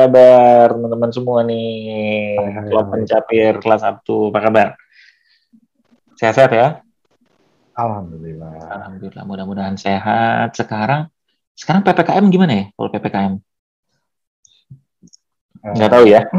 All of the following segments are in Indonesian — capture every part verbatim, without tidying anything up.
kabar teman-teman semua nih? Hai, hai, Klub hai. pencapir kelas Sabtu, apa kabar? Sehat-sehat ya? Alhamdulillah. Alhamdulillah, mudah-mudahan sehat. Sekarang, sekarang P P K M gimana ya? Kalau P P K M? Nggak tahu ya?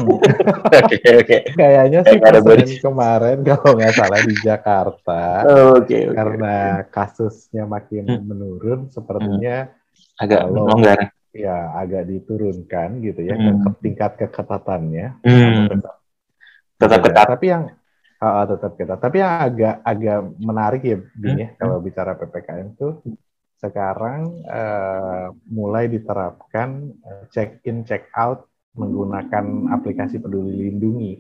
Oke, oke. Kayaknya Kayak sih nggak pas ada Senin body. kemarin kalau nggak salah di Jakarta, Oke, oke. karena kasusnya makin Hmm, menurun, hmm. sepertinya Agak uh, low, longgar. ya agak diturunkan gitu ya ke, ke Hmm, tingkat keketatannya, namun hmm. tetap Tetap dijaga. ketat. Tapi yang uh, uh, tetap ketat. Tapi yang agak agak menarik ya, Bin Hmm, ya, hmm. kalau bicara P P K M tuh sekarang uh, mulai diterapkan uh, check-in, check-out menggunakan aplikasi Peduli Lindungi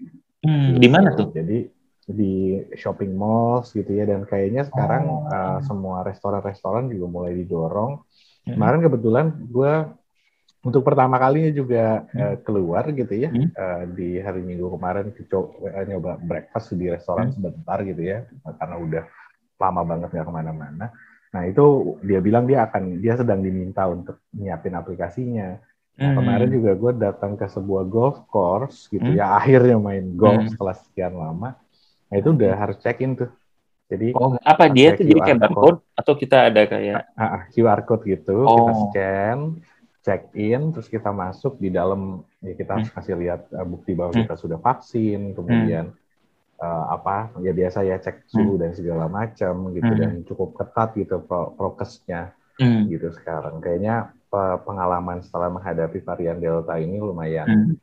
Hmm, di mana gitu. tuh? Jadi di shopping malls gitu ya, dan kayaknya sekarang Oh. uh, semua restoran-restoran juga mulai didorong. Hmm, Kemarin kebetulan gue untuk pertama kalinya juga uh, hmm, keluar gitu ya, hmm, uh, di hari Minggu kemarin coba uh, nyoba breakfast di restoran hmm. sebentar gitu ya, karena udah lama banget nggak kemana-mana. Nah itu dia bilang dia akan dia sedang diminta untuk nyiapin aplikasinya. Nah kemarin Hmm, juga gue datang ke sebuah golf course gitu hmm, ya, akhirnya main golf hmm. setelah sekian lama. Nah itu udah harus check in tuh. Jadi Oh, apa dia pakai tuh jadi kayak Q R code, barcode atau kita ada kayak ah, ah, Q R code gitu, kita oh, scan, check in, terus kita masuk di dalam, ya kita hmm, harus kasih lihat uh, bukti bahwa hmm, kita sudah vaksin, hmm, kemudian uh, apa ya biasa ya cek hmm, suhu dan segala macam gitu, hmm, dan cukup ketat gitu pro prokesnya hmm, gitu sekarang. Kayaknya pe- pengalaman setelah menghadapi varian Delta ini lumayan hmm.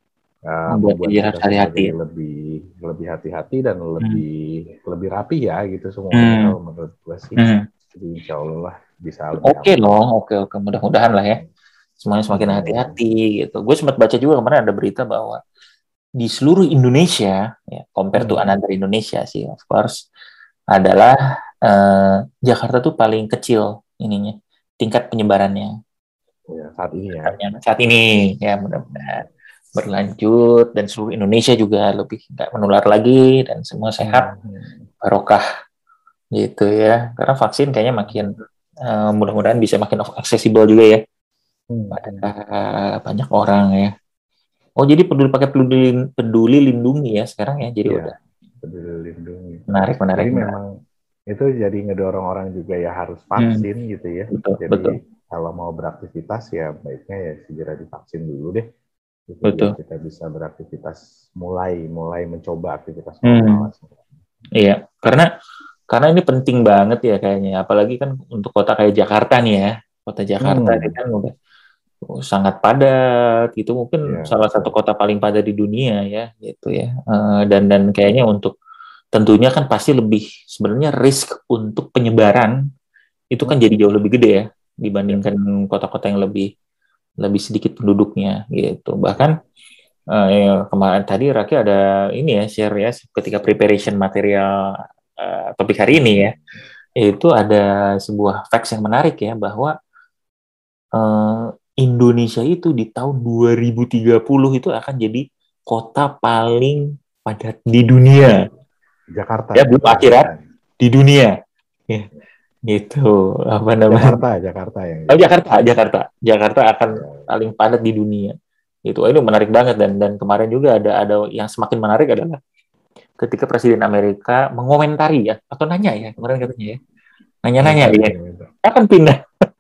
uh, Oh, berarti membuat dia harus kita semua hati-hati jadi ya. lebih lebih hati-hati dan Hmm, lebih lebih rapi ya gitu semuanya, hmm, kalau menurut gue sih. hmm. Jadi insya Allah bisa lebih Oke aman. loh, oke oke, mudah-mudahan lah ya. Semuanya semakin Hmm. hati-hati gitu. Gue sempat baca juga kemarin ada berita bahwa di seluruh Indonesia, ya, compare to Hmm. another Indonesia sih, of course, adalah eh, Jakarta tuh paling kecil ininya, tingkat penyebarannya. Ya, saat ini ya. Saat ini, ya mudah-mudahan berlanjut dan seluruh Indonesia juga lebih nggak menular lagi dan semua sehat, Hmm. barokah gitu ya. Karena vaksin kayaknya makin uh, mudah-mudahan bisa makin aksesibel juga ya Hmm. pada Hmm. uh, banyak orang ya. Oh jadi peduli pakai peduli peduli lindungi ya sekarang ya. Jadi Iya, udah Peduli Lindungi. menarik menarik Jadi menarik. memang itu jadi ngedorong orang juga ya harus Hmm, vaksin gitu ya. betul betul Jadi kalau mau beraktivitas ya baiknya ya segera divaksin dulu deh. Itu biar betul. kita bisa beraktivitas, mulai mulai mencoba aktivitas Hmm, normal. iya karena karena ini penting banget ya kayaknya. Apalagi kan untuk kota kayak Jakarta nih ya. Kota Jakarta ini Hmm. kan udah sangat padat gitu, mungkin Ya, salah satu betul. kota paling padat di dunia ya gitu ya. Eh, dan dan kayaknya untuk tentunya kan pasti lebih sebenarnya risk untuk penyebaran itu kan Hmm. jadi jauh lebih gede ya Ya. dibandingkan kota-kota yang lebih lebih sedikit penduduknya gitu. Bahkan Ya. eh, ya, kemarin tadi Raki ada ini ya share ya ketika preparation material eh, topik hari ini ya, itu ada sebuah facts yang menarik ya bahwa eh, Indonesia itu di tahun dua ribu tiga puluh itu akan jadi kota paling padat di dunia. Jakarta Ya, ya, belum Jakarta. akhirat, di dunia. Ya, gitu. Apa namanya? Jakarta, Jakarta yang Oh, jadi. Jakarta, Jakarta. Jakarta akan Ya. paling padat di dunia. Itu ini menarik banget dan dan kemarin juga ada ada yang semakin menarik adalah ketika Presiden Amerika mengomentari ya atau nanya ya kemarin katanya ya. Nanya-nanya Komentari ya. gitu. Akan pindah.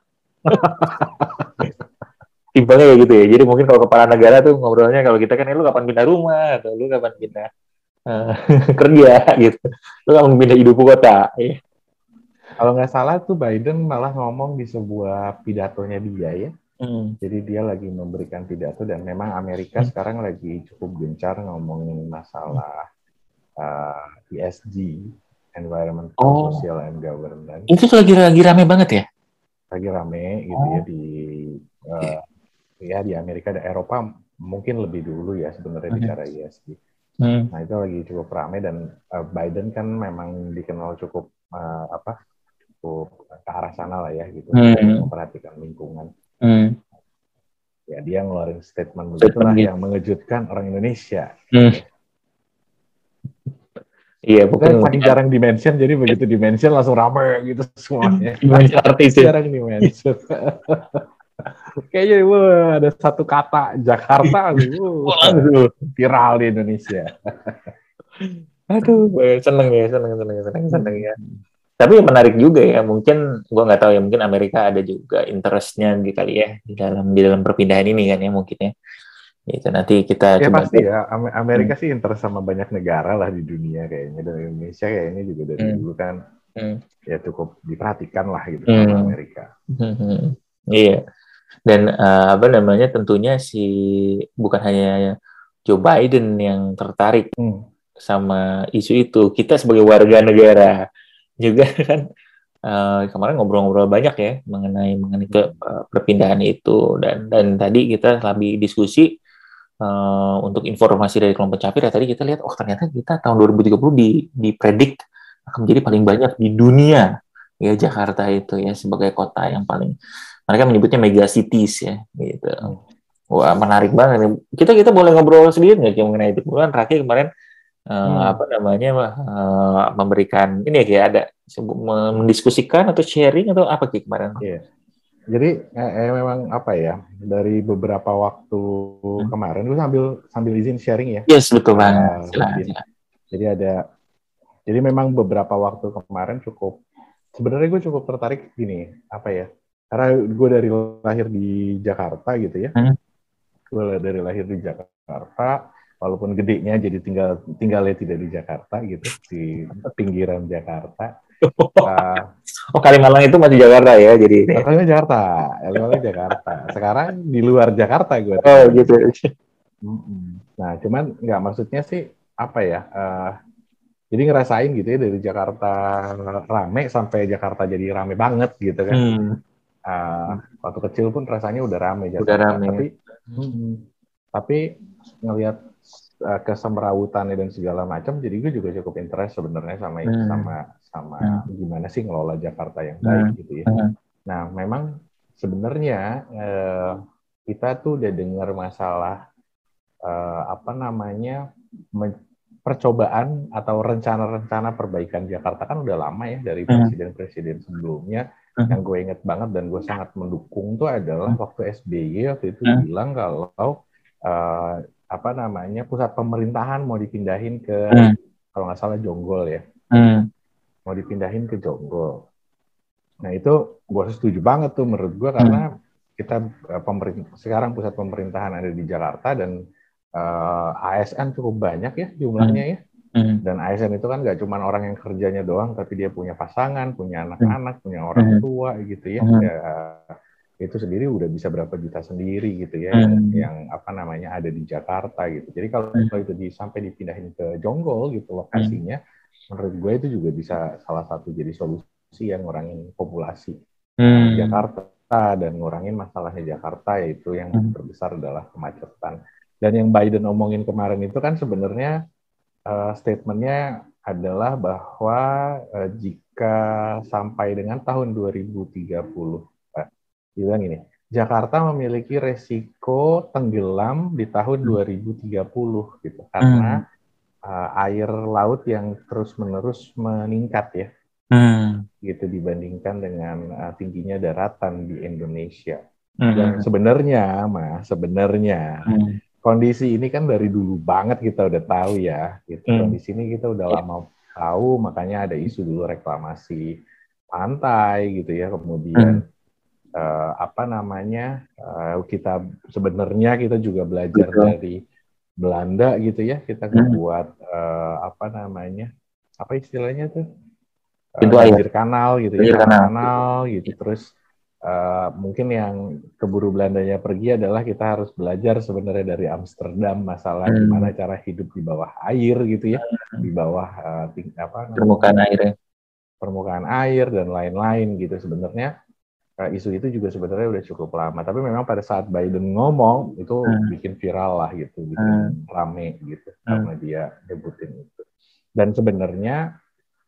Simpelnya kayak gitu ya. Jadi mungkin kalau kepala negara tuh ngobrolnya kalau kita kan, eh, lu kapan pindah rumah atau lu kapan pindah uh, kerja gitu. Lu kapan pindah ibu kota. Ya. Kalau nggak salah tuh Biden malah ngomong di sebuah pidatonya dia ya. Hmm. Jadi dia lagi memberikan pidato, dan memang Amerika Hmm. sekarang lagi cukup gencar ngomongin masalah uh, E S G, Environmental, Oh, Social, and Governance. itu tuh lagi lagi rame banget ya? Lagi rame gitu ya Oh, di uh, okay. ya di Amerika dan Eropa, mungkin lebih dulu ya sebenarnya Hmm. bicara E S G. Hmm. Nah itu lagi cukup rame, dan uh, Biden kan memang dikenal cukup uh, apa cukup ke arah sana lah ya gitu, untuk Hmm. memperhatikan lingkungan. Hmm. Ya dia ngeluarin statement Statement begitulah gitu. yang mengejutkan orang Indonesia Hmm. gitu ya. Iya, Kita mungkin saking jarang dimention, jadi begitu dimention langsung rame gitu semuanya. dimensi artis ya. Jarang dimention. Kayaknya wah, ada satu kata Jakarta, Oh, wah, langsung. viral di Indonesia. Aduh, seneng ya, seneng, seneng, seneng, seneng ya. Hmm. Tapi menarik juga ya, mungkin gua nggak tahu ya, mungkin Amerika ada juga interestnya gitu kali ya di dalam di dalam perpindahan ini kan ya mungkin ya. Itu nanti kita Ya coba pasti lihat. ya, Am- Hmm, Amerika sih interest sama banyak negara lah di dunia kayaknya. Dan Indonesia kayaknya juga dari hmm, dulu kan hmm, ya cukup diperhatikan lah gitu sama hmm, Amerika. hmm, hmm. Iya. Dan eh, apa namanya tentunya si bukan hanya Joe Biden yang tertarik Hmm. sama isu itu, kita sebagai warga negara juga kan eh, kemarin ngobrol-ngobrol banyak ya mengenai mengenai ke eh, perpindahan itu dan dan tadi kita lebih diskusi eh, untuk informasi dari kelompok Capir ya tadi kita lihat oh ternyata kita tahun dua ribu tiga puluh di dipredik akan menjadi paling banyak di dunia ya Jakarta itu ya sebagai kota yang paling mereka menyebutnya mega cities ya gitu. Hmm. Wah menarik banget nih. Kita kita boleh ngobrol sedikit nggak Ki, mengenai itu? Kemudian terakhir kemarin eh, Hmm. apa namanya eh, memberikan ini ya kayak ada sebu- mendiskusikan atau sharing atau apa Ki kemarin? Iya. Jadi eh, eh, memang apa ya, dari beberapa waktu Hmm. kemarin gue sambil sambil izin sharing ya, Yes betul banget. uh, Silakan, Din. silakan. Jadi ada, jadi memang beberapa waktu kemarin cukup, sebenarnya gue cukup tertarik gini, apa ya, karena gue dari lahir di Jakarta gitu ya, Hmm. gue dari lahir di Jakarta, walaupun gedenya jadi tinggal tinggalnya tidak di Jakarta gitu, di pinggiran Jakarta. Uh, Oh Kalimalang itu masih Jakarta ya jadi ini. Kalimantan Jakarta, Kalimantan Jakarta. Sekarang di luar Jakarta gue Oh tinggalnya gitu. sih. Mm-mm. Nah, cuman nggak maksudnya sih apa ya? Uh, jadi ngerasain gitu ya dari Jakarta rame sampai Jakarta jadi rame banget gitu kan. Hmm. Uh, waktu kecil pun rasanya udah rame Udah Jakarta. rame. Tapi, mm-mm. tapi ngelihat uh, kesemrawutannya dan segala macam, jadi gue juga cukup interest sebenarnya sama sama Hmm. sama Hmm. gimana sih ngelola Jakarta yang Hmm. baik gitu ya. Hmm. Nah, memang sebenarnya eh, kita tuh udah dengar masalah eh, apa namanya men- percobaan atau rencana-rencana perbaikan Jakarta kan udah lama ya dari Hmm. presiden-presiden sebelumnya. Yang Hmm. gue inget banget dan gue sangat mendukung tuh adalah waktu S B Y waktu itu Hmm. bilang kalau eh, apa namanya pusat pemerintahan mau dipindahin ke Hmm. kalau nggak salah Jonggol ya, Hmm. mau dipindahin ke Jonggol. Nah itu gue setuju banget tuh menurut gue Hmm. karena kita eh, pemerintah sekarang pusat pemerintahan ada di Jakarta dan uh, A S N cukup banyak ya jumlahnya Hmm. ya. Hmm. Dan A S N itu kan nggak cuma orang yang kerjanya doang, tapi dia punya pasangan, punya Hmm. anak-anak, punya orang Hmm. tua gitu ya. Hmm. Ya itu sendiri udah bisa berapa juta sendiri gitu ya yang Hmm. yang apa namanya ada di Jakarta gitu. Jadi kalau Hmm. itu di, sampai dipindahin ke Jonggol gitu Hmm. lokasinya, menurut gue itu juga bisa salah satu jadi solusi yang ngurangin populasi uh, Hmm. Jakarta dan ngurangin masalahnya Jakarta yaitu yang Hmm. terbesar adalah kemacetan. Dan yang Biden omongin kemarin itu kan sebenarnya uh, statementnya adalah bahwa uh, jika sampai dengan tahun dua ribu tiga puluh, Pak, bilang ini, Jakarta memiliki resiko tenggelam di tahun dua ribu tiga puluh gitu Hmm. karena uh, air laut yang terus-menerus meningkat ya Hmm. gitu dibandingkan dengan uh, tingginya daratan di Indonesia. Hmm. Yang sebenarnya, Mas, sebenarnya Hmm. kondisi ini kan dari dulu banget kita udah tahu ya. Gitu. Hmm. Kondisi ini kita udah Ya. lama tahu, makanya ada isu dulu reklamasi pantai gitu ya. Hmm. Kemudian uh, apa namanya uh, kita sebenarnya kita juga belajar Betul. dari Belanda gitu ya. Kita Hmm. ngebuat uh, apa namanya apa istilahnya tuh uh, Pintu air, banjir kanal gitu ya, pinggir kanal. kanal-kanal gitu. Terus uh, mungkin yang keburu Belandanya pergi adalah kita harus belajar sebenarnya dari Amsterdam masalah Hmm. gimana cara hidup di bawah air gitu ya, di bawah uh, ting, apa Permukaan namanya airnya. permukaan air dan lain-lain gitu. Sebenarnya uh, isu itu juga sebenarnya udah cukup lama. Tapi memang pada saat Biden ngomong itu Hmm. bikin viral lah gitu, Hmm. bikin rame gitu Hmm. karena dia nyebutin itu. Dan sebenarnya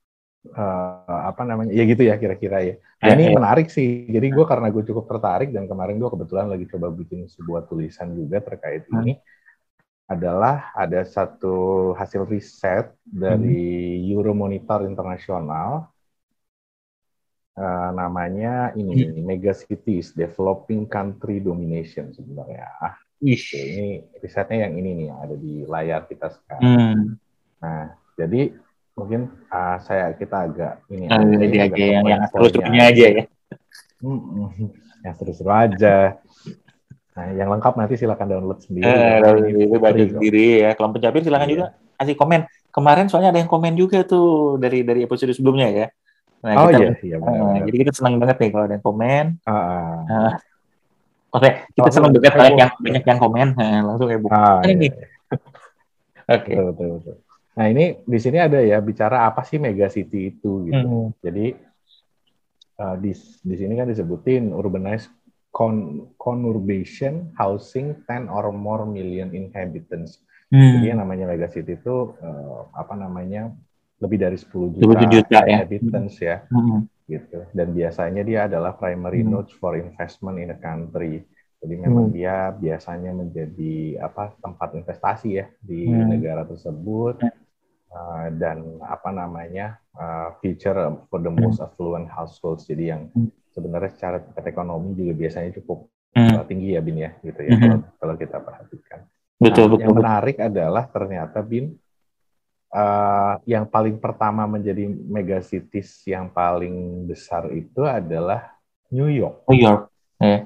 uh, apa namanya ya gitu ya kira-kira ya. Nah Ya, ini ya. menarik sih. Jadi gue karena gue cukup tertarik dan kemarin gue kebetulan lagi coba bikin sebuah tulisan juga terkait Hmm. ini adalah ada satu hasil riset Hmm. dari Euromonitor Internasional uh, namanya ini Mega Cities Developing Country Domination sebenarnya. Ah, oke, ini risetnya yang ini nih ada di layar kita sekarang. Hmm. Nah, jadi mungkin uh, saya kita agak ini Nah, aja ini ya, aja agak ke yang yang poin-poinnya seru-serunya aja. aja ya. Hmm, yang seru-seru aja. Nah, yang lengkap nanti silakan download sendiri. Eh, Karena ini itu baca free kok. sendiri ya. Kalau pencapir silakan Iya. juga kasih komen. Kemarin soalnya ada yang komen juga tuh dari dari episode sebelumnya ya. Nah, Oh kita iya, iya eh, benar-benar. jadi kita senang banget nih kalau ada yang komen. Ah, Nah, oke, kita salah senang satu banget banyak hypo. yang banyak yang komen. Nah, langsung ya Bu. Ah Ini iya, nih. iya. Oke. Betul, betul, betul. Nah, ini di sini ada ya bicara apa sih mega city itu gitu. Hmm. Jadi uh, di di sini kan disebutin urbanized con conurbation housing ten or more million inhabitants. Hmm. Jadi yang namanya mega city itu uh, apa namanya lebih dari sepuluh dua puluh juta juta ya. inhabitants ya Hmm. gitu. Dan biasanya dia adalah primary Hmm. nodes for investment in a country. Jadi Hmm. memang dia biasanya menjadi apa tempat investasi ya di Hmm. negara tersebut. Uh, dan apa namanya uh, feature for the most affluent households, jadi yang sebenarnya secara tingkat ekonomi juga biasanya cukup Hmm. uh, tinggi ya Bin ya gitu ya Hmm. kalau kalau kita perhatikan. Betul, Nah, betul, yang betul. menarik adalah ternyata Bin uh, yang paling pertama menjadi megacities yang paling besar itu adalah New York. New York. Ya.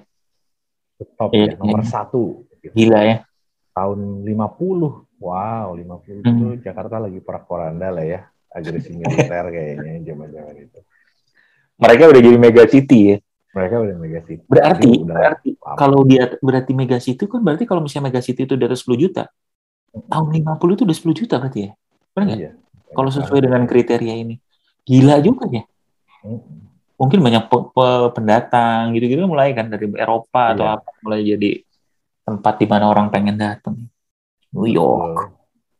Top Ya, ya, nomor ya. satu. Gitu. Gila ya. Tahun lima puluh. Wow, lima puluh Hmm. itu Jakarta lagi porak-poranda lah ya. Agresi militer kayaknya zaman-zaman itu. Mereka udah jadi mega city ya. Mereka udah mega city. Berarti, Jadi udah berarti lama. kalau dia berarti mega city kan berarti kalau misalnya mega city itu dari sepuluh juta. Tahun lima puluh itu udah sepuluh juta berarti ya. Benar nggak? Iya. Kalau sesuai Banget, dengan ya. kriteria ini. Gila juga ya. Mm-mm. Mungkin banyak pe- pe- pendatang gitu-gitu mulai kan dari Eropa atau Iya. apa mulai jadi tempat di mana orang pengen datang. New York.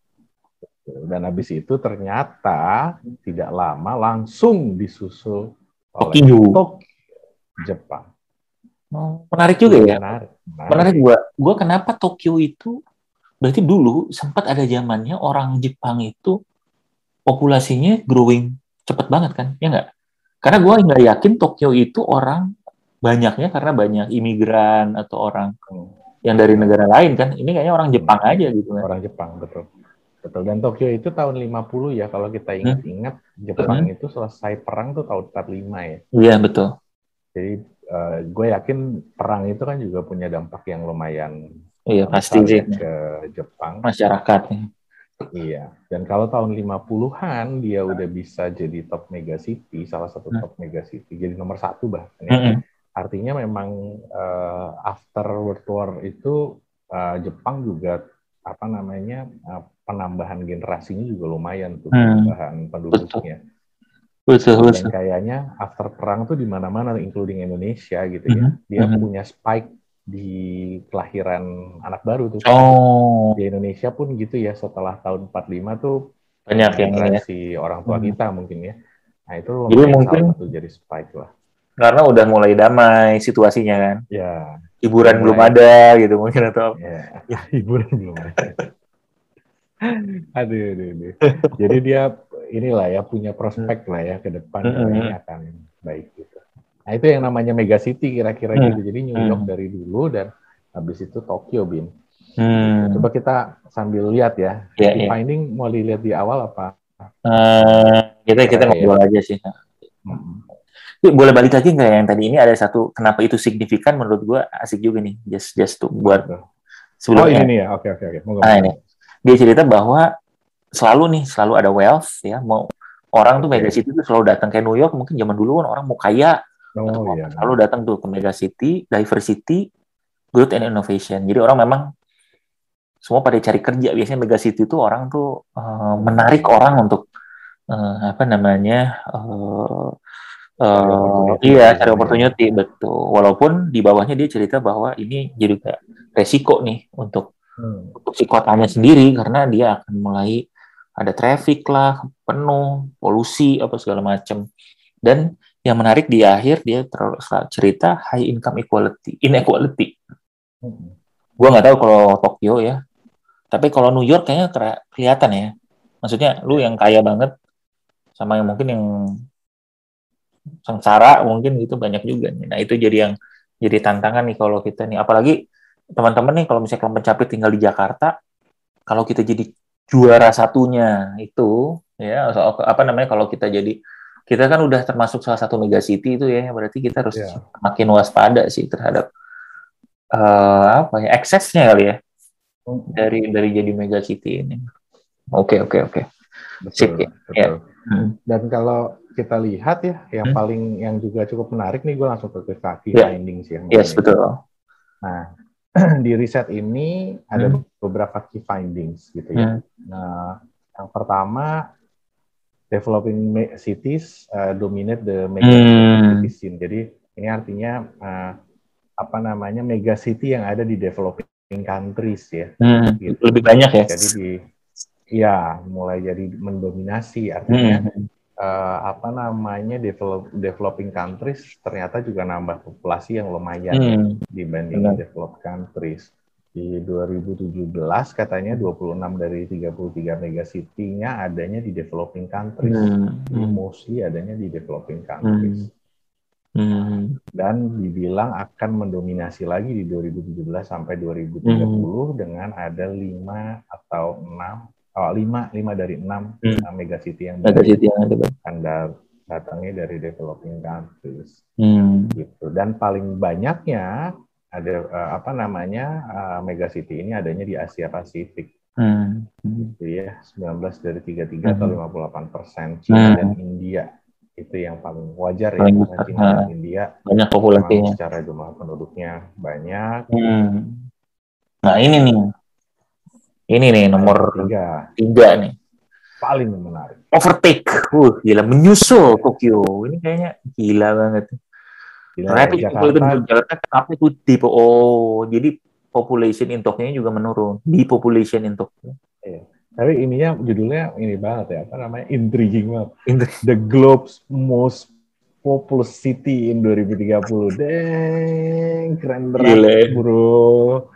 Betul. Dan habis itu ternyata tidak lama langsung disusul oleh Tokyo. Tokyo, Jepang. Oh, menarik juga ya. Menarik. Menarik. Menarik gua. Gua kenapa Tokyo itu berarti dulu sempat ada zamannya orang Jepang itu populasinya growing cepet banget kan, ya nggak? Karena gue nggak yakin Tokyo itu orang banyaknya karena banyak imigran atau orang hmm. yang dari negara lain kan. Ini kayaknya orang Jepang hmm. aja gitu kan. Orang Jepang, betul. Betul. Dan Tokyo itu tahun lima puluh ya, kalau kita ingat-ingat, hmm. Jepang hmm. itu selesai perang tuh tahun empat puluh lima ya. Iya, betul. Jadi uh, gue yakin perang itu kan juga punya dampak yang lumayan iya, uh, pasti sih. ke Jepang. Masyarakatnya. Iya, dan kalau tahun lima puluhan dia udah bisa jadi top mega city, salah satu top mega city, jadi nomor satu bahkan ya. Mm-hmm. Artinya memang uh, after World War itu uh, Jepang juga apa namanya uh, penambahan generasinya juga lumayan tuh, hmm. penambahan penduduknya. Betul, betul. Dan kayaknya after perang tuh di mana-mana, including Indonesia gitu ya, mm-hmm. dia mm-hmm. punya spike di kelahiran anak baru tuh. Oh. Di Indonesia pun gitu ya, setelah tahun empat puluh lima tuh banyak yang generasi ya. Orang tua kita hmm. mungkin ya. Nah itu jadi mungkin salah satu jadi spike lah. Karena udah mulai damai situasinya kan. Ya. Hiburan mulai. Belum ada gitu mungkin atau ya. Hiburan belum ada. aduh, aduh, aduh. Jadi dia inilah ya punya prospek lah ya ke depan hmm. ini akan baik gitu. Nah itu yang namanya mega city kira-kira hmm. gitu. Jadi New York hmm. dari dulu dan habis itu Tokyo, Bin. Hmm. Coba kita sambil lihat ya. Yeah, di yeah. finding mau dilihat di awal apa? Uh, kita kita ngobrol ya. aja sih. Hmm. Boleh balik lagi nggak yang tadi ini ada satu kenapa itu signifikan menurut gua asik juga nih. Just just tuh buat sebelumnya. Oh ini nih ya. Oke oke oke. Nah, ini. Dia cerita bahwa selalu nih selalu ada wealth ya. Mau orang okay. tuh mega city tuh selalu datang ke New York. Mungkin zaman dulu kan orang mau kaya. Oh, iya. Selalu datang tuh ke mega city, diversity, growth and innovation. Jadi orang memang semua pada cari kerja. Biasanya mega city itu orang tuh uh, menarik orang untuk uh, apa namanya uh, uh, iya cari opportunity ya. Betul. Walaupun di bawahnya dia cerita bahwa ini juga resiko nih untuk hmm. untuk si kotanya sendiri karena dia akan mulai ada traffic lah penuh polusi apa segala macam. Dan yang menarik di akhir dia terlalu cerita high income equality inequality. Hmm. Gua nggak tahu kalau Tokyo ya. Tapi kalau New York kayaknya kelihatan ya. Maksudnya lu yang kaya banget sama yang mungkin yang sengsara mungkin gitu banyak juga nih. Nah itu jadi yang jadi tantangan nih kalau kita nih, apalagi teman-teman nih kalau misalkan pencapit tinggal di Jakarta, kalau kita jadi juara satunya itu ya so, apa namanya kalau kita jadi kita kan udah termasuk salah satu megacity itu ya, berarti kita harus Ya, makin waspada sih terhadap uh, apa ya eksesnya kali ya dari dari jadi megacity ini. Oke oke oke. Sip ya. betul, Ya. betul. Hmm. Dan kalau kita lihat ya, yang Hmm. paling yang juga cukup menarik nih, gue langsung ke key Ya. findings ya Yes, mungkin ya. betul. Nah, di riset ini ada Hmm. beberapa key findings gitu ya. Hmm. Nah, yang pertama, developing cities uh, dominate the mega Hmm. city scene. Jadi ini artinya uh, apa namanya mega city yang ada di developing countries ya. Hmm. Gitu. Lebih banyak ya. Jadi di ya mulai jadi mendominasi artinya Hmm. uh, apa namanya develop, developing countries ternyata juga nambah populasi yang lumayan Hmm. ya dibandingin Benar. developed countries. Di dua ribu tujuh belas katanya dua puluh enam dari tiga puluh tiga megacity-nya adanya di developing countries. Hmm. Jadi Hmm. mostly adanya di developing countries. Hmm. Hmm. Dan dibilang akan mendominasi lagi di dua ribu tujuh belas sampai dua ribu tiga puluh hmm. dengan ada lima atau enam oh lima lima dari enam Hmm. megacity yang Megacity yang ada. akan datangnya dari developing countries. Hmm. Gitu. Dan paling banyaknya ada uh, apa namanya uh, megacity ini adanya di Asia Pasifik. Hmm. Gitu ya, sembilan belas dari tiga puluh tiga hmm. atau lima puluh delapan persen. Cina hmm. dan India itu yang paling wajar paling ya, besar. karena Cina dan India banyak populasinya. Secara jumlah penduduknya banyak. Hmm. Nah ini nih, ini nih nomor tiga. tiga nih. Paling menarik. Overtake, uh, gila menyusul yeah. Tokyo. Ini kayaknya gila banget. Gila, Rapid ya, Jakarta, Jakarta, kenapa itu di oh jadi population in Tokyo juga menurun. Di population in Tokyo. Iya. Tapi ininya judulnya ini banget ya, apa namanya? Intriguing banget. The Globe's Most Populous City in dua ribu tiga puluh. Deng, keren banget, bro.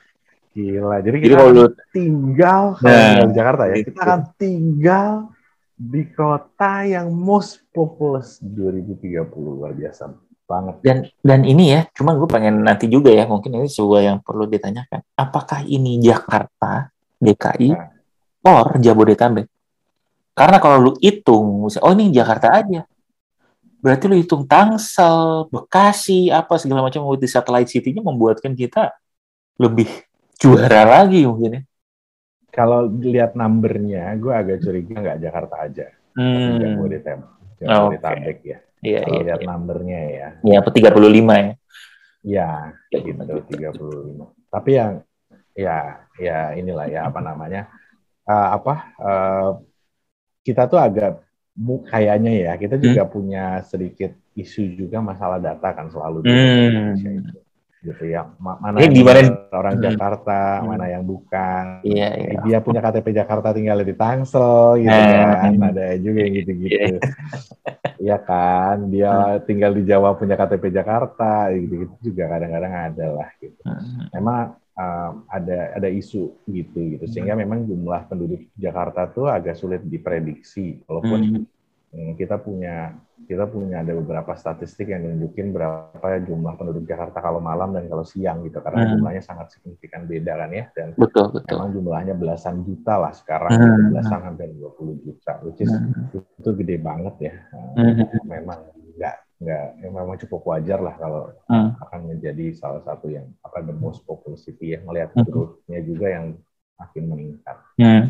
Gila. Jadi kita Jadi akan kalau tinggal kalau nah, tinggal di Jakarta ya, kita akan tinggal di kota yang most populous dua ribu tiga puluh. Luar biasa banget. Dan dan ini ya, cuma gue pengen nanti juga ya, mungkin ini sebuah yang perlu ditanyakan. Apakah ini Jakarta, D K I, nah. or Jabodetabek? Karena kalau lu hitung, oh ini Jakarta aja. Berarti lu hitung Tangsel, Bekasi, apa segala macam multi satellite city-nya membuatkan kita lebih juara lagi mungkin ya. Kalau lihat number-nya, gue agak curiga nggak Jakarta aja, hmm. tapi Jabodetabek, Jabodetabek okay. ya. Iya, kalau iya, lihat iya. number-nya ya. Iya, tiga puluh lima ya. Iya, gitu, tiga puluh lima. Tapi yang, ya, ya inilah ya, apa namanya, uh, apa, uh, kita tuh agak, kayaknya ya, kita juga hmm. punya sedikit isu juga masalah data kan selalu di hmm. Indonesia itu. Gitu ya, mana yang gimana? Orang hmm. Jakarta, hmm. mana yang bukan. Iya, iya. Dia punya K T P Jakarta tinggal di Tangsel, gitu kan. Hmm. Ada juga yang gitu-gitu. Iya kan, dia hmm. tinggal di Jawa punya K T P Jakarta, gitu-gitu juga kadang-kadang ada lah. Gitu. Hmm. Memang um, ada ada isu gitu, gitu. Sehingga memang jumlah penduduk Jakarta tuh agak sulit diprediksi, walaupun hmm. kita punya kita punya ada beberapa statistik yang nunjukin berapa jumlah penduduk Jakarta kalau malam dan kalau siang gitu, karena hmm. jumlahnya sangat signifikan beda kan ya, dan betul, betul. memang jumlahnya belasan juta lah sekarang, hmm. gitu, belasan hampir dua puluh juta, which is hmm. itu gede banget ya, hmm. memang nggak nggak ya memang cukup wajar lah kalau hmm. akan menjadi salah satu yang apa the most populous city ya, melihat hmm. growth-nya juga yang makin meningkat, hmm.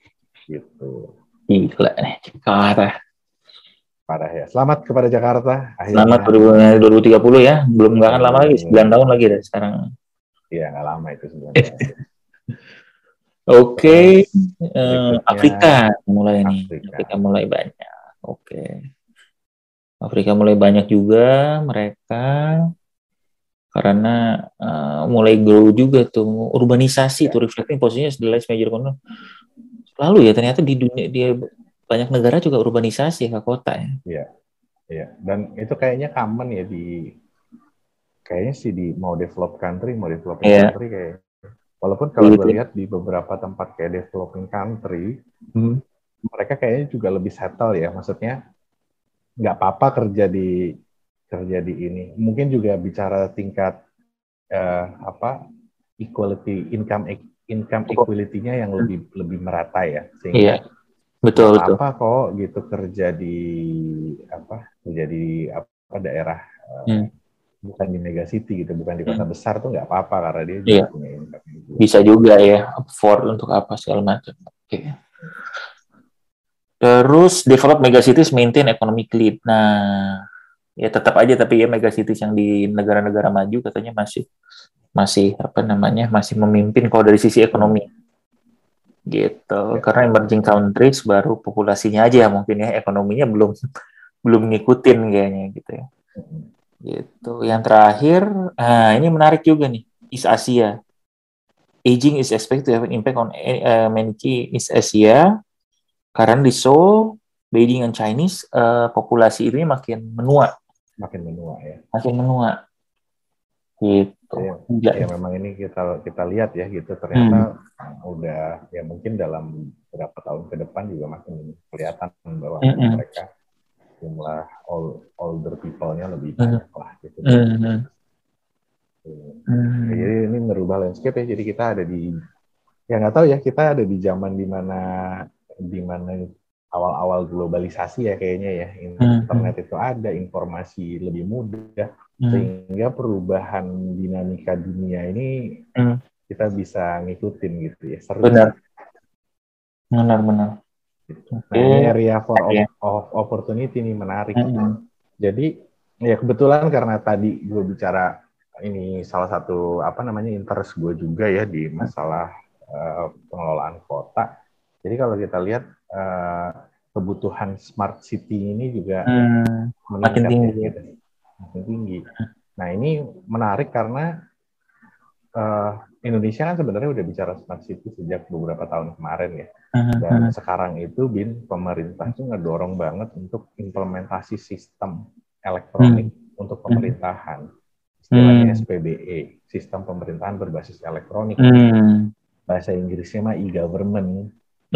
gitu. Gila nih Jakarta. Parah ya. Selamat kepada Jakarta. Akhirnya. Selamat dua ribu tiga puluh ya. Belum nggak akan lama lagi. sembilan tahun lagi dari sekarang. Iya, nggak lama itu sembilan tahun. Oke. Okay. Uh, Afrika mulai nih. Afrika. Afrika mulai banyak. Oke. Okay. Afrika mulai banyak juga mereka. Karena uh, mulai grow juga tuh. Urbanisasi ya. Tuh reflecting posisinya the last major concern. Lalu ya ternyata di dunia dia banyak negara juga urbanisasi ke kota ya. Iya, iya. Dan itu kayaknya common ya di, kayaknya sih di mau develop country, mau developing yeah. country kayak. Walaupun kalau gue lihat di beberapa tempat kayak developing country, hmm. mereka kayaknya juga lebih settle ya. Maksudnya nggak apa-apa kerja di kerja di ini. Mungkin juga bicara tingkat uh, apa equality income income equality-nya yang lebih lebih merata ya, Iya, sehingga betul nggak betul. apa-apa kok gitu kerja di apa kerja di apa daerah uh, Hmm. bukan di megacity gitu, bukan di kota Hmm. besar tuh nggak apa-apa karena dia juga Iya, punya income juga. bisa juga ya, afford untuk apa segala macam. Oke. Terus develop megacities, maintain economic lead. Nah, ya tetap aja tapi ya megacities yang di negara-negara maju katanya masih masih apa namanya masih memimpin kalau dari sisi ekonomi gitu. Ya, Karena emerging countries baru populasinya aja mungkin ya ekonominya belum belum ngikutin kayaknya gitu ya. Gitu. Yang terakhir, ah ini menarik juga nih, East Asia. Aging is expected to have an impact on uh, many key East Asia. Karena di Seoul, Beijing dan Chinese uh, populasi ini makin menua, makin menua ya. makin menua. Gitu. Jadi, ya. ya memang ini kita kita lihat ya gitu ternyata hmm. udah ya mungkin dalam beberapa tahun ke depan juga makin kelihatan bahwa Hmm. mereka jumlah old, older people-nya lebih Hmm. banyak lah gitu. Hmm. Hmm. Jadi ini merubah landscape ya. Jadi kita ada di ya nggak tahu ya kita ada di zaman dimana dimana awal-awal globalisasi ya kayaknya ya internet hmm. itu ada informasi lebih mudah hmm. sehingga perubahan dinamika dunia ini hmm. kita bisa ngikutin gitu ya seru Benar. sih. Benar-benar. Nah Okay. ini area for yeah. of opportunity nih menarik. hmm. Jadi ya kebetulan karena tadi gue bicara ini salah satu apa namanya interest gue juga ya di masalah uh, pengelolaan kota. Jadi kalau kita lihat uh, kebutuhan smart city ini juga Hmm. meningkat makin tinggi ya, gitu. Makin tinggi. Nah ini menarik karena uh, Indonesia kan sebenarnya udah bicara smart city sejak beberapa tahun kemarin ya. Dan hmm. sekarang itu Bin pemerintah tuh ngedorong banget untuk implementasi sistem elektronik hmm. untuk pemerintahan. Istilahnya hmm. S P B E, sistem pemerintahan berbasis elektronik. hmm. Bahasa Inggrisnya mah e-government.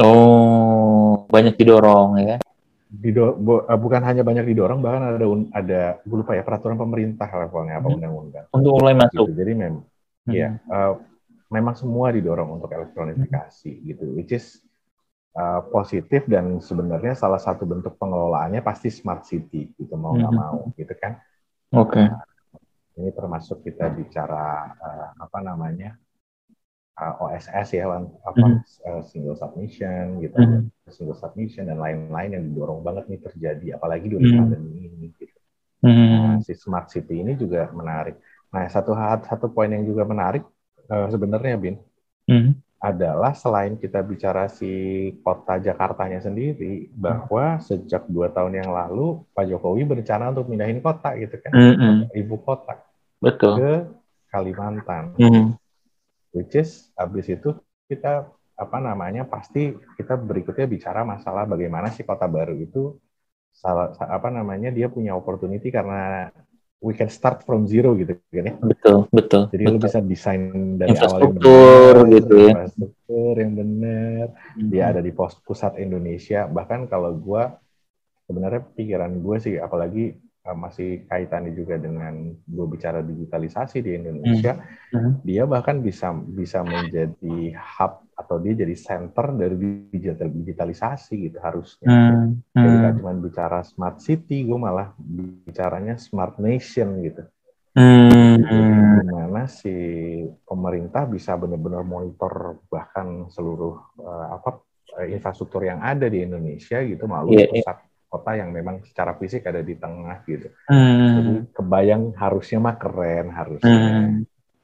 Oh, banyak didorong ya. Dido, bo, uh, bukan hanya banyak didorong, bahkan ada ada gue lupa ya peraturan pemerintah levelnya apa hmm. undang-undang. Untuk mulai masuk. Gitu. Jadi memang hmm. ya uh, memang semua didorong untuk elektronifikasi gitu, which is uh, positif dan sebenarnya salah satu bentuk pengelolaannya pasti smart city gitu mau nggak hmm. mau gitu kan. Oke. Okay. Uh, ini termasuk kita bicara uh, apa namanya uh, O S S ya, apa hmm. uh, single submission gitu, hmm. single submission dan lain-lain yang didorong banget nih terjadi, apalagi di hmm. pandemi ini. Gitu. hmm. Nah, si smart city ini juga menarik. Nah, satu hal, satu poin yang juga menarik uh, sebenarnya Bin. Hmm. adalah selain kita bicara si kota Jakartanya sendiri, bahwa sejak dua tahun yang lalu Pak Jokowi berencana untuk pindahin kota gitu kan, mm-hmm. ibu kota Betul. ke Kalimantan, mm-hmm. which is habis itu kita apa namanya pasti kita berikutnya bicara masalah bagaimana si kota baru itu salah apa namanya dia punya opportunity karena we can start from zero gitu kan ya. Betul, betul. Jadi betul. lu bisa desain dari awal yang infrastruktur benar, gitu ya. infrastruktur yang benar. Mm-hmm. Dia ada di pos pusat Indonesia. Bahkan kalau gue sebenarnya pikiran gue sih, apalagi uh, masih kaitannya juga dengan gue bicara digitalisasi di Indonesia, mm-hmm. dia bahkan bisa bisa menjadi hub atau dia jadi center dari digital digitalisasi gitu harusnya. Mm-hmm. Jadi gak cuma bicara smart city, gue malah bicaranya smart nation gitu. Hmm. Jadi gimana si pemerintah bisa benar-benar monitor bahkan seluruh uh, apa infrastruktur yang ada di Indonesia gitu melalui yeah, pusat yeah. kota yang memang secara fisik ada di tengah gitu. Hmm. Jadi kebayang harusnya mah keren harusnya. Hmm.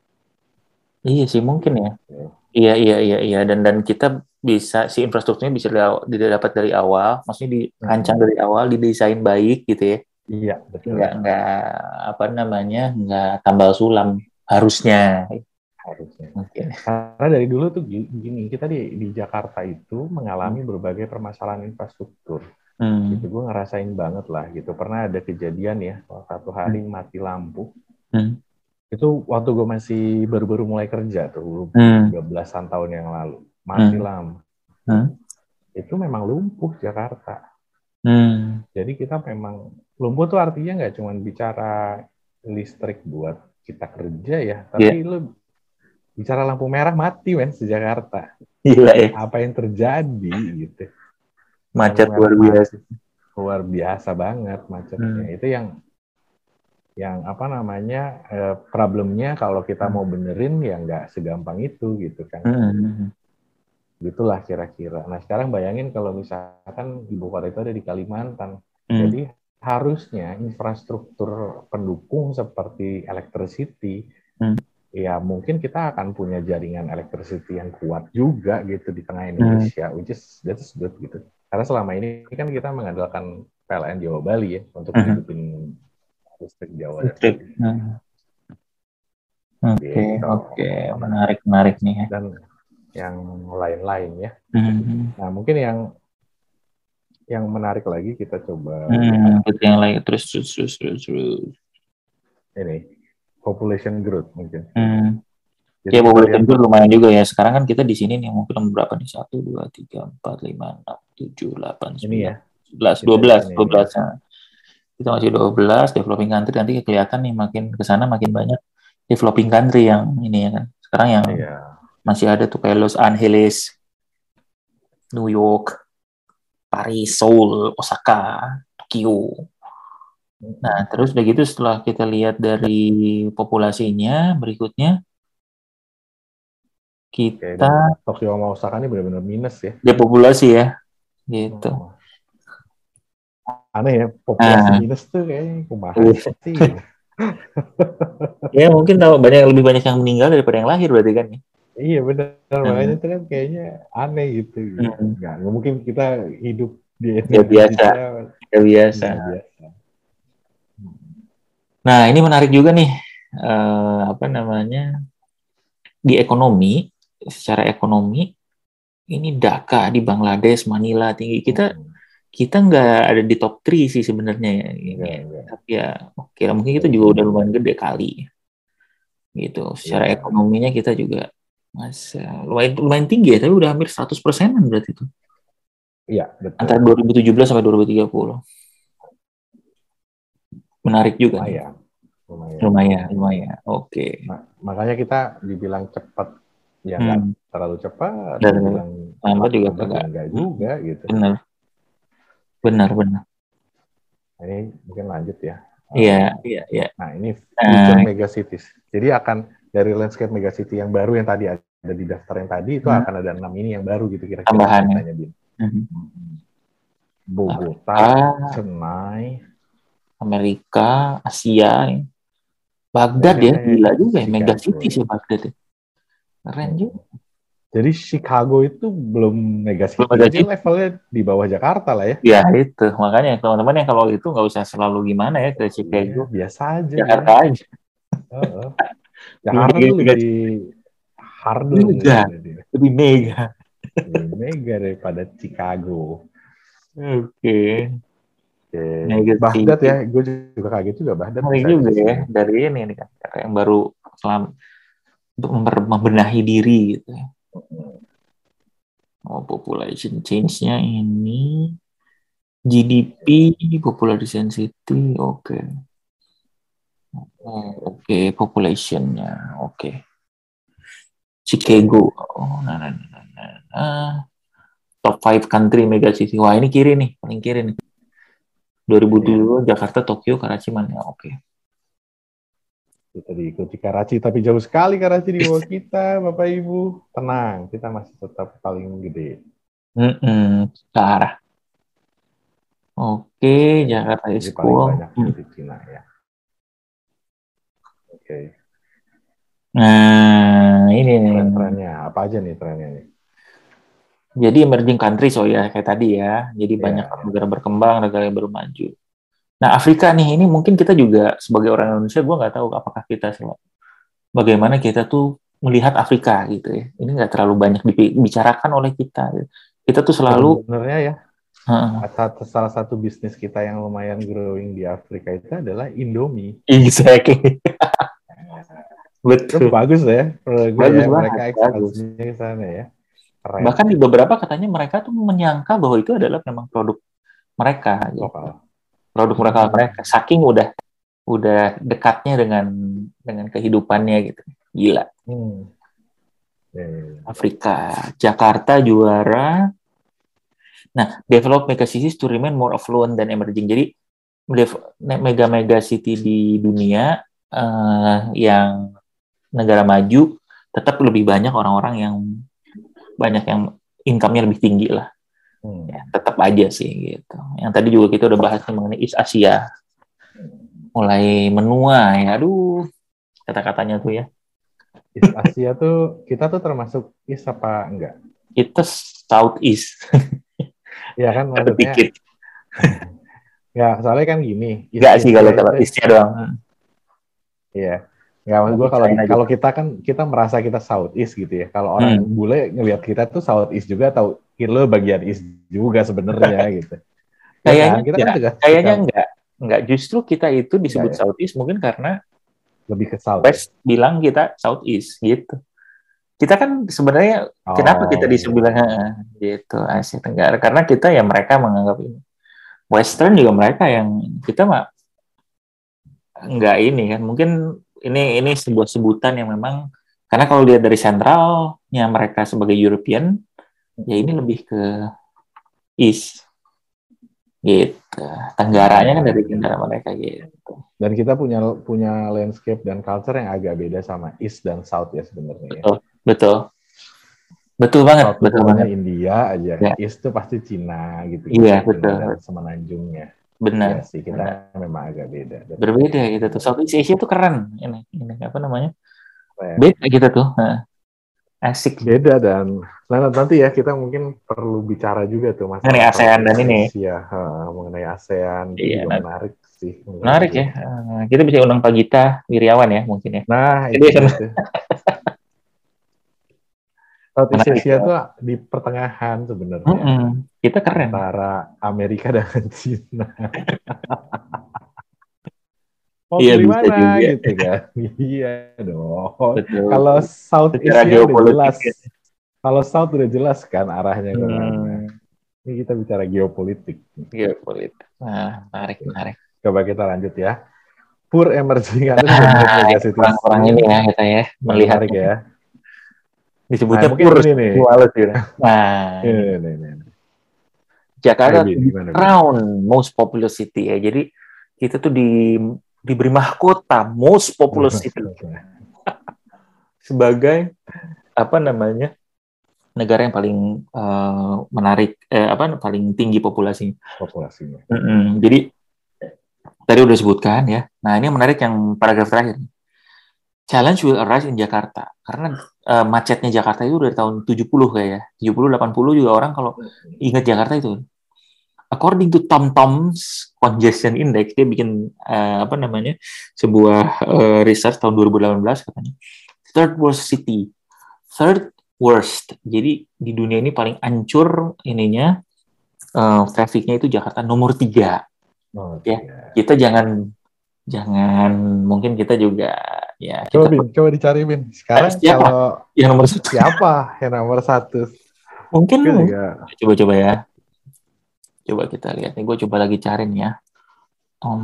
Iya sih mungkin ya. Yeah. Iya iya iya iya dan dan kita bisa si infrastrukturnya bisa didapat dari awal, maksudnya dirancang hmm. dari awal, didesain baik gitu ya. Iya, betul. Nggak, nggak, apa namanya, nggak tambal sulam, harusnya. Harusnya. Okay. Karena dari dulu tuh gini, kita di, di Jakarta itu mengalami hmm. berbagai permasalahan infrastruktur. Hmm. Itu gue ngerasain banget lah gitu. Pernah ada kejadian ya, satu hari hmm. mati lampu. Hmm. Itu waktu gue masih baru-baru mulai kerja tuh, hmm. tiga belasan tahun yang lalu. Mati hmm. lampu. Hmm. Itu memang lumpuh Jakarta. Hmm. Jadi kita memang lumpuh tuh artinya nggak cuma bicara listrik buat kita kerja ya, Ya, tapi lu bicara lampu merah mati men di Jakarta. gila ya. Apa yang terjadi gitu? Lampu Macet merah luar biasa. mati, luar biasa banget macetnya. Hmm. Itu yang yang apa namanya eh, problemnya kalau kita mau benerin ya nggak segampang itu gitu kan. Hmm. Gitulah kira-kira. Nah sekarang bayangin kalau misalkan ibu kota itu ada di Kalimantan. Hmm. Jadi harusnya infrastruktur pendukung seperti electricity, Hmm. ya mungkin kita akan punya jaringan electricity yang kuat juga gitu di tengah Hmm. Indonesia, which is that's good gitu. Karena selama ini kan kita mengandalkan P L N Jawa Bali ya untuk Hmm. hidupin listrik Jawa dan Listrik. Bali. Hmm. Oke, Gitu. oke, menarik, menarik nih ya. Dan yang lain-lain ya. Hmm. Nah mungkin yang yang menarik lagi kita coba lihat Hmm. Itu yang lain terus, terus, terus, terus, terus. ini population growth mungkin. Hmm. Jadi Ya, kita population lihat growth lumayan juga ya. Sekarang kan kita di sini nih, mungkin nomor berapa nih? Satu, dua, tiga, empat, lima, enam, tujuh, delapan, ini sembilan, ya, sebelas, dua kita di belas, sini dua nih ya. belas. Nah, kita masih dua belas, developing country. Nanti kelihatan nih makin ke sana makin banyak developing country yang ini ya kan. Sekarang yang Iya. masih ada tuh kayak Los Angeles, New York, Paris, Seoul, Osaka, Tokyo. Nah, terus udah gitu setelah kita lihat dari populasinya, berikutnya Oke, dan kita Tokyo sama Osaka ini benar-benar minus ya. depopulasi ya, gitu. Oh, aneh ya, populasi Nah, minus tuh kayaknya kumaha iya. sih. Gitu. Ya mungkin tahu banyak lebih banyak yang meninggal daripada yang lahir berarti kan ya. Iya benar, makanya Hmm. itu kan kayaknya aneh gitu. Hmm. Nggak, nggak mungkin kita hidup di Ya biasa, Indonesia ya biasa. nggak biasa. Nah, ini menarik juga nih, eh, apa namanya, di ekonomi, secara ekonomi, ini Dhaka di Bangladesh, Manila tinggi. Kita Hmm. kita nggak ada di top tiga sih sebenarnya ya, ini. Enggak, enggak. Tapi ya, oke lah, mungkin kita Dari juga segi udah lumayan gede kali. Gitu. Secara ya, ekonominya kita juga masa lumayan, lumayan tinggi ya, tapi udah hampir seratus persenan berarti itu. iya betul. Antara dua ribu tujuh belas sampai dua ribu tiga puluh. Menarik juga nih. Lumayan, lumayan. Lumayan, lumayan. Oke. Nah, makanya kita dibilang cepat, ya nggak Hmm. terlalu cepat, Dan dibilang lambat juga lambat ya kagak. enggak Hmm. juga gitu. Benar. Benar, benar. Nah, ini mungkin lanjut ya. Iya, Um, iya, iya. Nah, ini Nah, future megacities. Jadi akan dari landscape megacity yang baru yang tadi ada di daftar yang tadi itu hmm, akan ada enam ini yang baru gitu kira-kira tambahannya. ceritanya Bin. Hmm. Bogota, Afrika, Chennai, Amerika, Asia. Ya. Baghdad Asia ya, ya, gila juga ya. Mega Chicago city ya. sih Baghdad ya. Keren juga. Jadi Chicago itu belum megacity, Belum mega dia city. levelnya di bawah Jakarta lah ya. Ya itu, makanya teman-teman yang kalau itu nggak usah selalu gimana ya ke Iya, Chicago. biasa aja dia. Jakarta aja. Uh-uh. Lebih Jakarta mega, tuh mega lebih city. harder Mega. daripada dia. Lebih mega. Lebih mega daripada Chicago. Oke. Oke. Mega Baghdad ya, city. gue juga kaget juga Baghdad Menarik bisa ada juga di ya sini. dari ini nih kan yang baru selam untuk memper- membenahi diri gitu ya. Oh, population change-nya ini G D P, population density, oke. Oh, oke, population-nya, oke. Chicago, oh, nah, nah, nah, nah, nah. Top five country mega city. Wah, ini kiri nih, paling kiri nih. dua ribu dua Jakarta, Tokyo, Karachi, mana? Oke. Kita diikuti Karachi, tapi jauh sekali Karachi di bawah kita, Bapak Ibu. Tenang, kita masih tetap paling gede. Mm-mm, ke arah. Oke, Jakarta is Jadi paling cool. banyak Hmm. dari Cina ya. Oke. Nah, ini nih. Tren-trennya apa aja nih trennya nih? Jadi emerging countries, oh ya, kayak tadi ya. Jadi Ya, banyak ya. negara berkembang, negara yang baru maju. Nah, Afrika nih, ini mungkin kita juga sebagai orang Indonesia, gue nggak tahu apakah kita sel- bagaimana kita tuh melihat Afrika gitu ya. Ini nggak terlalu banyak dibicarakan oleh kita. Kita tuh selalu, Sebenarnya ya, uh, satu- salah satu bisnis kita yang lumayan growing di Afrika itu adalah Indomie. exactly, Itu betul, bagus ya, menurut gue bagus ya, banget, mereka bagus. ekspansinya ke sana ya. Keren. Bahkan di beberapa katanya mereka tuh menyangka bahwa itu adalah memang produk mereka, gitu. Lokal. Produk lokal hmm. mereka. Saking udah udah dekatnya dengan dengan kehidupannya gitu. Gila. Hmm. Yeah. Afrika, Jakarta juara. Nah, develop mega cities to remain more affluent dan emerging. Jadi mega-mega city di dunia uh, yang negara maju tetap lebih banyak orang-orang yang banyak yang income-nya lebih tinggi lah. Hmm. Ya, tetap aja sih gitu. Yang tadi juga kita udah bahas mengenai East Asia. Mulai menua ya. Aduh, kata-katanya tuh ya. East Asia tuh kita tuh termasuk East apa enggak? Kita Southeast. Ya kan maksudnya. Ya, soalnya kan gini. Enggak sih kalau kalau East-nya doang. Iya. Nggak, maksud gue kalau kalau kita kan kita merasa kita Southeast gitu ya. Kalau orang hmm. bule ngelihat kita tuh Southeast juga, tahu lo bagian East juga sebenarnya gitu. Kayaknya ya kan? Kita kan juga kayaknya suka... enggak. Enggak, justru kita itu disebut enggak, ya? Southeast mungkin karena lebih ke South. West ya? Bilang kita Southeast gitu. Kita kan sebenarnya oh, kenapa kita disebut iya. gitu Asia Tenggara? Karena kita ya mereka menganggap ini. Western juga mereka yang kita mah enggak ini kan. Mungkin ini ini sebuah sebutan yang memang karena kalau lihat dari sentralnya mereka sebagai European ya ini lebih ke East gitu. Tenggaranya kan dari negara mereka gitu. Dan kita punya punya landscape dan culture yang agak beda sama East dan South ya sebenarnya. Betul, betul. Betul banget, South betul banget. India aja, ya. East tuh pasti Cina gitu. Iya, gitu, betul. Dan semenanjungnya. Benar. Ya sih, kita benar. Memang agak beda. Berbeda gitu tuh. Southeast Asia tuh keren. Ini, ini apa namanya? Beda gitu tuh. Nah, asik. Beda dan nah, nanti ya kita mungkin perlu bicara juga tuh masalah mengenai ASEAN dan ini. Ya, mengenai ASEAN itu iya, juga nah, menarik sih. Menarik ya. Uh, kita bisa undang Pak Gita Wiryawan ya mungkin ya. Nah, itu. itu. Southeast Asia tuh di pertengahan sebenarnya. Mm-hmm. Kita keren. Antara Amerika dan Cina. Oh, iya, di mana juga. gitu kan? Iya dong. Kalau South Asia udah jelas. Ya. Kalau South udah jelas kan arahnya ke mana. Hmm. Ini kita bicara geopolitik. Geopolitik. Nah, menarik, menarik. Coba kita lanjut ya. Poor emerging countries nah, dan kurang-kurang ini ya kita ya melihat ya. Disebutnya nah, poor ini nih. Nah, ini, ini, ini, ini. Jakarta crown most populous city ya. Jadi kita tuh di diberi mahkota most populous city sebagai apa namanya negara yang paling uh, menarik eh, apa paling tinggi populasinya. Populasinya. Mm-hmm. Jadi tadi udah sebutkan ya. Nah ini menarik yang paragraf terakhir. Challenge will arise in Jakarta karena uh, macetnya Jakarta itu dari tahun tujuh puluh kayak ya. tujuh puluh delapan puluh juga orang kalau ingat Jakarta itu. According to TomTom's Congestion Index, dia bikin uh, apa namanya sebuah uh, research tahun dua ribu delapan belas katanya third worst city, third worst. Jadi di dunia ini paling ancur ininya uh, trafficnya itu Jakarta nomor tiga. Oh, ya yeah. Kita jangan jangan mungkin kita juga ya. Coba kita, Bin, coba dicari Bin. Sekarang siapa? Kalau yang nomor satu siapa yang nomor satu? Mungkin coba-coba ya. Coba kita lihat nih, gue coba lagi cari nih ya. Tom,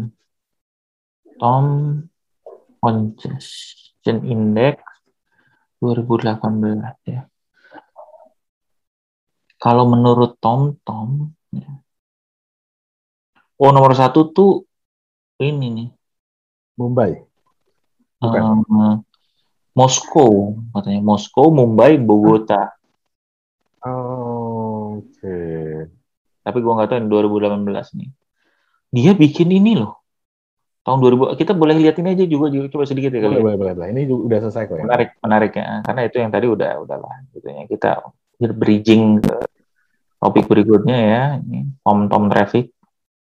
Tom Congestion Index dua ribu delapan belas ya. Kalau menurut Tom Tom, ya. Oh nomor satu tuh ini nih. Mumbai. Um, Moskow katanya. Moskow, Mumbai, Bogota. Oh, oke. Okay. Tapi gue nggak tahu yang dua ribu delapan belas nih. Dia bikin ini loh. Tahun dua ribu, kita boleh lihat ini aja juga, juga coba sedikit ya. Boleh, boleh, boleh, boleh. Ini udah selesai kok ya. Menarik, menarik ya. Karena itu yang tadi udah, udahlah. Gitu ya. Kita bridging ke topik berikutnya ya. Ini TomTom Traffic.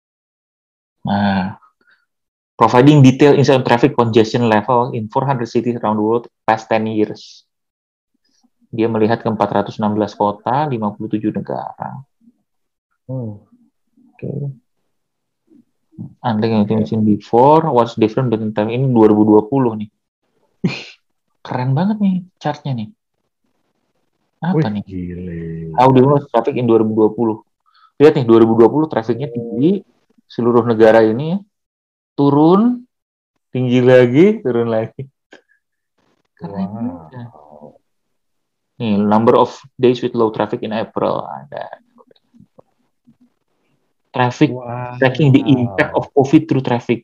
Nah, providing detail insight on traffic congestion level in four hundred cities around the world past ten years. Dia melihat ke empat ratus enam belas kota, lima puluh tujuh negara. Hmm. Oke. Okay. Unlike anything seen before, what's different between time ini dua ribu dua puluh nih. Keren banget nih chartnya nih. Apa Wih, nih? Gile. How do you know traffic in dua ribu dua puluh? Lihat nih, dua ribu dua puluh trafficnya tinggi, seluruh negara ini turun, tinggi lagi, turun lagi. Karena Wow. nih, number of days with low traffic in April ada. Traffic Wow. tracking the impact of COVID through traffic.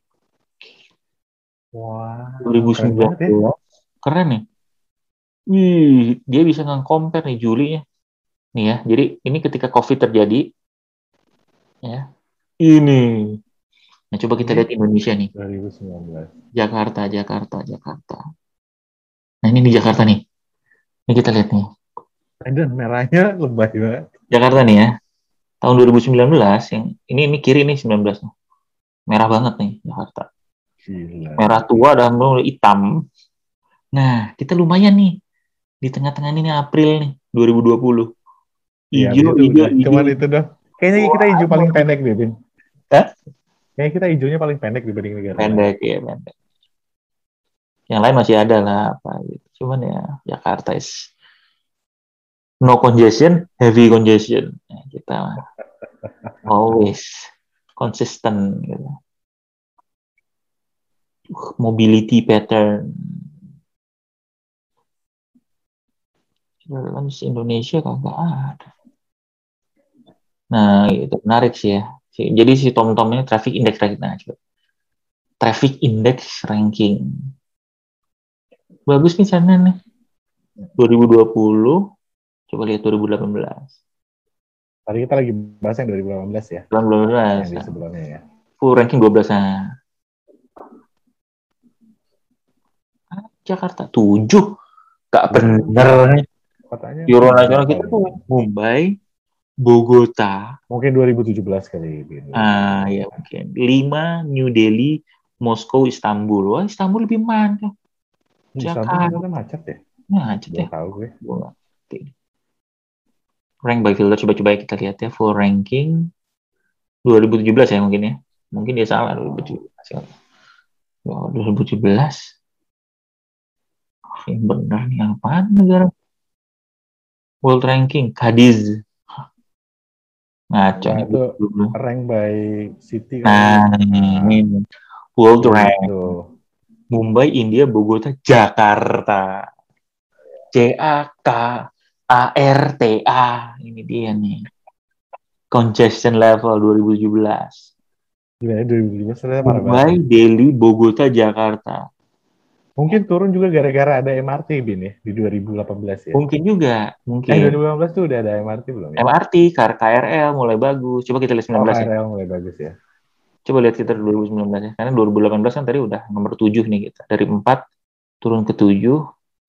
Wow. dua ribu sembilan belas Keren banget ya. Keren nih. Wih, dia bisa nge-compare nih Juli-nya. Nih ya, jadi ini ketika COVID terjadi, ya. Ini. Nah, coba kita Ini lihat Indonesia nih. dua ribu sembilan belas. Jakarta, Jakarta, Jakarta. Nah, ini di Jakarta nih. Ini kita lihat nih. Dan merahnya lebay banget. Jakarta nih ya. Tahun dua ribu sembilan belas, yang ini ini kiri nih sembilan belas. Merah banget nih Jakarta. Gila. Merah tua dan mulai hitam. Nah, kita lumayan nih. Di tengah-tengah ini April nih, dua ribu dua puluh. Iya, Hijau, itu hijau, udah. hijau. Cuman itu dah. Kayaknya kita hijau paling pendek deh, Bin. Hah? Kayaknya kita hijaunya paling pendek dibanding negara lain. Pendek, ya pendek. Yang lain masih ada lah, apa gitu. Cuman ya, Jakarta is no congestion, heavy congestion. Nah, kita always consistent gitu. Mobility pattern. Indonesia kagak ada. Nah, itu menarik sih ya. Jadi si TomTom ini traffic index ranking. Nah, coba. Traffic index ranking. Bagus nih sana nih. dua ribu dua puluh. Coba lihat dua ribu delapan belas. Tadi kita lagi bahas yang dua ribu delapan belas ya. dua ribu delapan belas. Yang di sebelumnya ya. Full ranking dua belas. Nah. Jakarta tujuh. Gak bener nih. Euro nasional kita tuh Mumbai, Bogota. Mungkin dua ribu tujuh belas kali. Ah, ya mungkin. lima, New Delhi, Moskow, Istanbul. Wah, Istanbul lebih mana? Jakarta. Istanbul macet ya? Macet ya? Tahu gue. Rank by filter, coba-coba kita lihat ya. Full ranking dua ribu tujuh belas ya mungkin ya. Mungkin dia salah dua ribu tujuh belas. Oh, dua ribu tujuh belas. Oh, yang benar nih, apaan negara? World ranking, Cadiz. Ngaco. Nah, itu rank by city. Nah, ini world rank. Mumbai, India, Bogota, Jakarta. C A K A R T A. Ini dia nih. Congestion level dua ribu tujuh belas. Gimana dua ribu tujuh belas? Mumbai, Delhi, Bogota, Jakarta. Mungkin turun juga gara-gara ada M R T, Bin ya, di dua ribu delapan belas ya? Mungkin juga, mungkin. Eh, dua ribu delapan belas tuh udah ada M R T belum ya? M R T, K R L mulai bagus. Coba kita lihat sembilan belas oh, K R L ya. mulai bagus ya. Coba lihat kita dua ribu sembilan belas ya. Karena dua ribu delapan belas kan tadi udah nomor tujuh nih kita. Dari empat turun ke tujuh.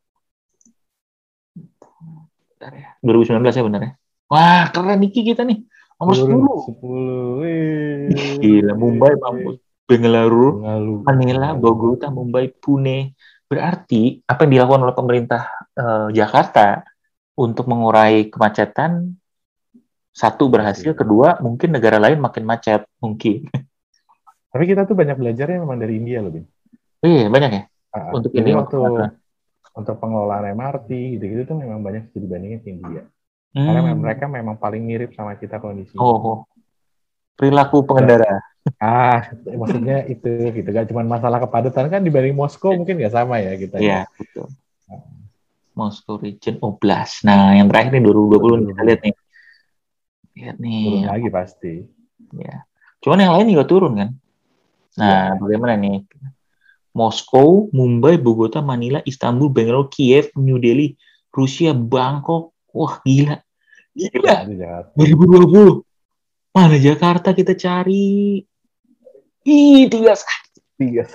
Bentar ya. dua ribu sembilan belas ya benar ya. Wah, keren Niki kita nih. Nomor sepuluh. sepuluh. Gila, Mumbai, Mampus, Bengaluru, Manila, Bogota, Mumbai, Pune. Berarti apa yang dilakukan oleh pemerintah uh, Jakarta untuk mengurai kemacetan, satu berhasil, kedua mungkin negara lain makin macet, mungkin. Tapi kita tuh banyak belajarnya memang dari India loh, Bin. Iya, banyak ya? Uh, untuk ini ini waktu untuk pengelolaan M R T gitu-gitu tuh memang banyak dibandingin ke India. Hmm. Karena mereka memang paling mirip sama kita kondisinya. Oh, oh. Perilaku pengendara. Ah, maksudnya itu gitu. Gak cuma masalah kepadatan kan dibanding Moskow mungkin nggak sama ya kita. Iya, ya. Betul. Moskow Region Oblast. Nah, yang terakhir nih dua ribu dua puluh kita lihat nih. Lihat nih. Turun lagi pasti. Ya. Cuman yang lain juga turun kan. Nah, ya. Bagaimana nih? Moskow, Mumbai, Bogota, Manila, Istanbul, Bangalore, Kiev, New Delhi, Rusia, Bangkok. Wah, gila. Gila. dua ribu dua puluh. Mana Jakarta kita cari? Ih, tiga tiga.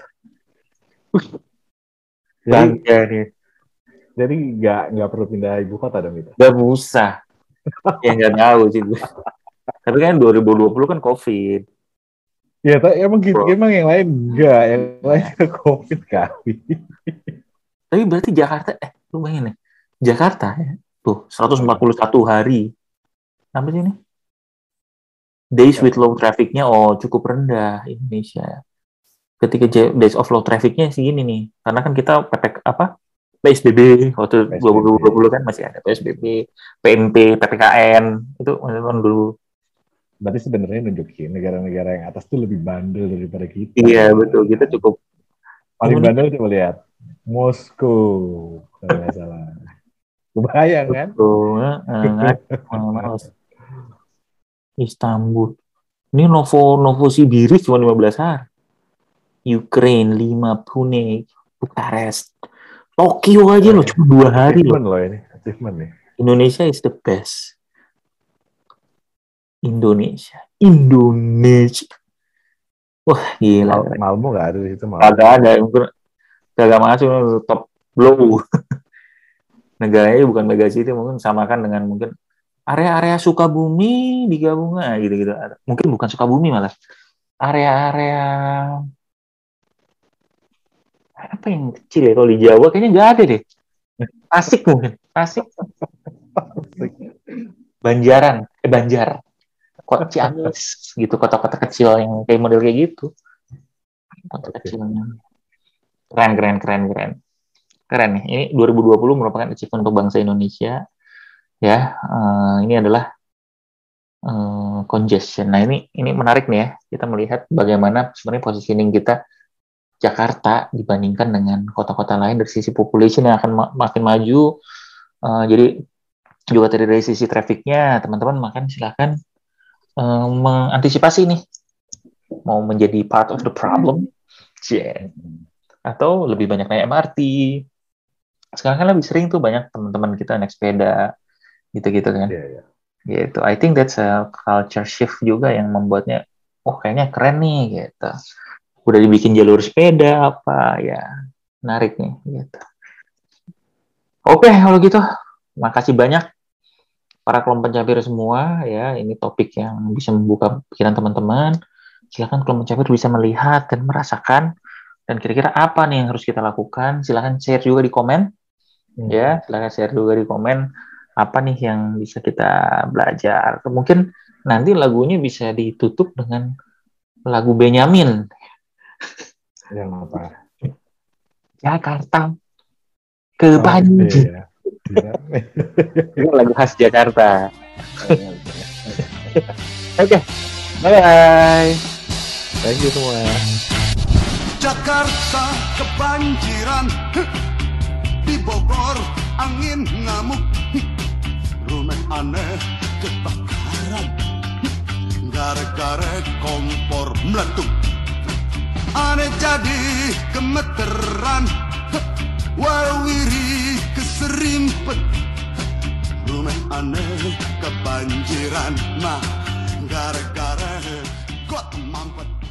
Bangga nih. Jadi nggak nggak perlu pindah ibu kota dong itu? Nggak usah. Ya nggak tahu sih. Tapi kan dua ribu dua puluh kan COVID. Ya, emang gitu. Bro. Emang yang lain nggak, yang lain ke COVID kali. Tapi berarti Jakarta, eh, lu bayangin nih, Jakarta ya, tuh seratus empat puluh satu hari. Apa sih ini? Days with low traffic-nya, oh cukup rendah Indonesia. Ketika days of low traffic-nya segini nih, karena kan kita P P K, apa P S B B waktu dua ribu dua puluh kan masih ada P S B B, P N P, P P K M itu kan dulu. Berarti sebenarnya nunjukin negara-negara yang atas tuh lebih bandel daripada kita. Iya betul, kita cukup paling bandel coba lihat Moskow kalau nggak salah. Kebayang kan? Betul, males. Istanbul. Ini Novo Novosibirsk cuma lima belas hari. Ukraine lima, Pune, Bukares. Tokyo aja loh cuma dua hari loh. loh ini, achievement nih. Indonesia is the best. Indonesia, Indonesia. Wah gila. Mal Malmo nggak ada di situ. Kagak ada, mungkin kagak masuk top blow. Negaranya bukan megacity, mungkin samakan dengan mungkin area-area Sukabumi digabungnya gitu-gitu. Mungkin bukan Sukabumi malah. Area-area apa yang kecil ya, kalau di Jawa kayaknya nggak ada deh. Tasik mungkin, Tasik. Banjaran, eh Banjar. Kota Ciamis gitu, kota-kota kecil yang kayak model kayak gitu. Kota okay. Kecilnya. Keren, keren, keren, keren. Keren nih. Ini dua ribu dua puluh merupakan achievement untuk bangsa Indonesia. Ya, uh, ini adalah uh, congestion. Nah, ini ini menarik nih ya. Kita melihat bagaimana sebenarnya positioning kita Jakarta dibandingkan dengan kota-kota lain dari sisi population yang akan ma- makin maju. Uh, jadi juga tadi dari sisi trafficnya, teman-teman makan silakan uh, mengantisipasi nih. Mau menjadi part of the problem, yeah. Atau lebih banyak naik M R T. Sekarang kan lebih sering tuh banyak teman-teman kita naik sepeda, gitu-gitu kan. Yeah, yeah. Gitu. I think that's a culture shift juga yang membuatnya, oh kayaknya keren nih, gitu. Udah dibikin jalur sepeda apa ya, menarik nih gitu. Oke, kalau gitu makasih banyak para kelompok pencapir semua ya, ini topik yang bisa membuka pikiran teman-teman. Silakan kelompok pencapir bisa melihat dan merasakan dan kira-kira apa nih yang harus kita lakukan. Silakan share juga di komen. Hmm. Ya, silakan share juga di komen apa nih yang bisa kita belajar. Mungkin nanti lagunya bisa ditutup dengan lagu Benyamin. Yang apa? Jakarta ke Banjir. Oh, iya. Itu lagu khas Jakarta. Oke, okay. Bye. Thank you semua. Jakarta kebanjiran, di Bogor angin ngamuk, rumah aneh kebakaran, gara-gara kompor meletup. Aneh jadi gemeteran, warwiri keserimpet, rumah aneh kebanjiran, nah gara-gara got mampet.